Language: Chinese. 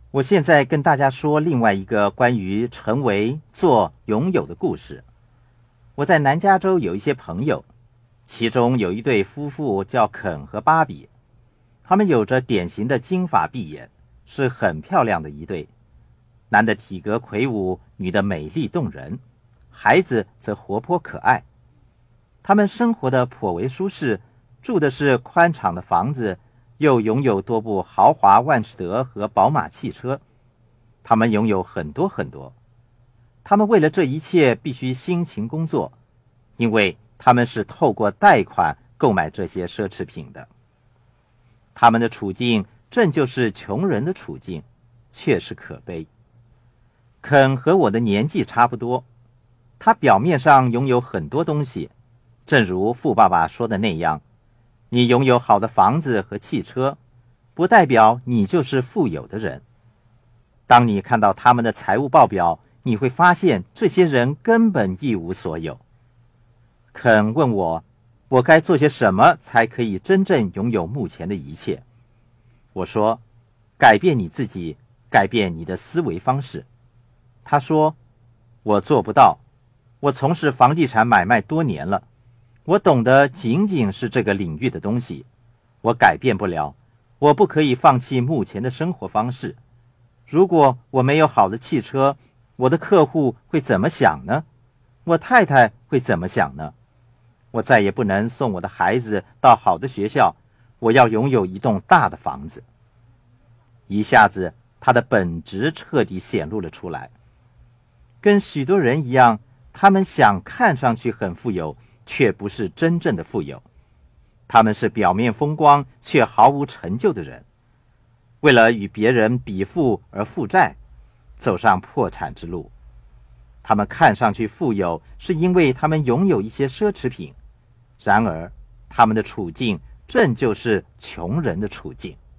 我现在跟大家说另外一个关于成为、做、拥有的故事。我在南加州有一些朋友，其中有一对夫妇叫肯和芭比，他们有着典型的金发碧眼，是很漂亮的一对。男的体格魁梧，女的美丽动人，孩子则活泼可爱。他们生活的颇为舒适，住的是宽敞的房子，又拥有多部豪华万事得和宝马汽车。他们拥有很多很多。他们为了这一切必须辛勤工作，因为他们是透过贷款购买这些奢侈品的。他们的处境正就是穷人的处境，确实可悲。肯和我的年纪差不多，他表面上拥有很多东西，正如富爸爸说的那样，你拥有好的房子和汽车，不代表你就是富有的人。当你看到他们的财务报表，你会发现这些人根本一无所有。肯问我该做些什么才可以真正拥有目前的一切？我说，改变你自己，改变你的思维方式。他说，我做不到，我从事房地产买卖多年了，我懂得仅仅是这个领域的东西，我改变不了，我不可以放弃目前的生活方式。如果我没有好的汽车，我的客户会怎么想呢？我太太会怎么想呢？我再也不能送我的孩子到好的学校，我要拥有一栋大的房子。一下子，他的本质彻底显露了出来。跟许多人一样，他们想看上去很富有，却不是真正的富有。他们是表面风光却毫无成就的人，为了与别人比富而负债，走上破产之路。他们看上去富有，是因为他们拥有一些奢侈品，然而他们的处境正就是穷人的处境。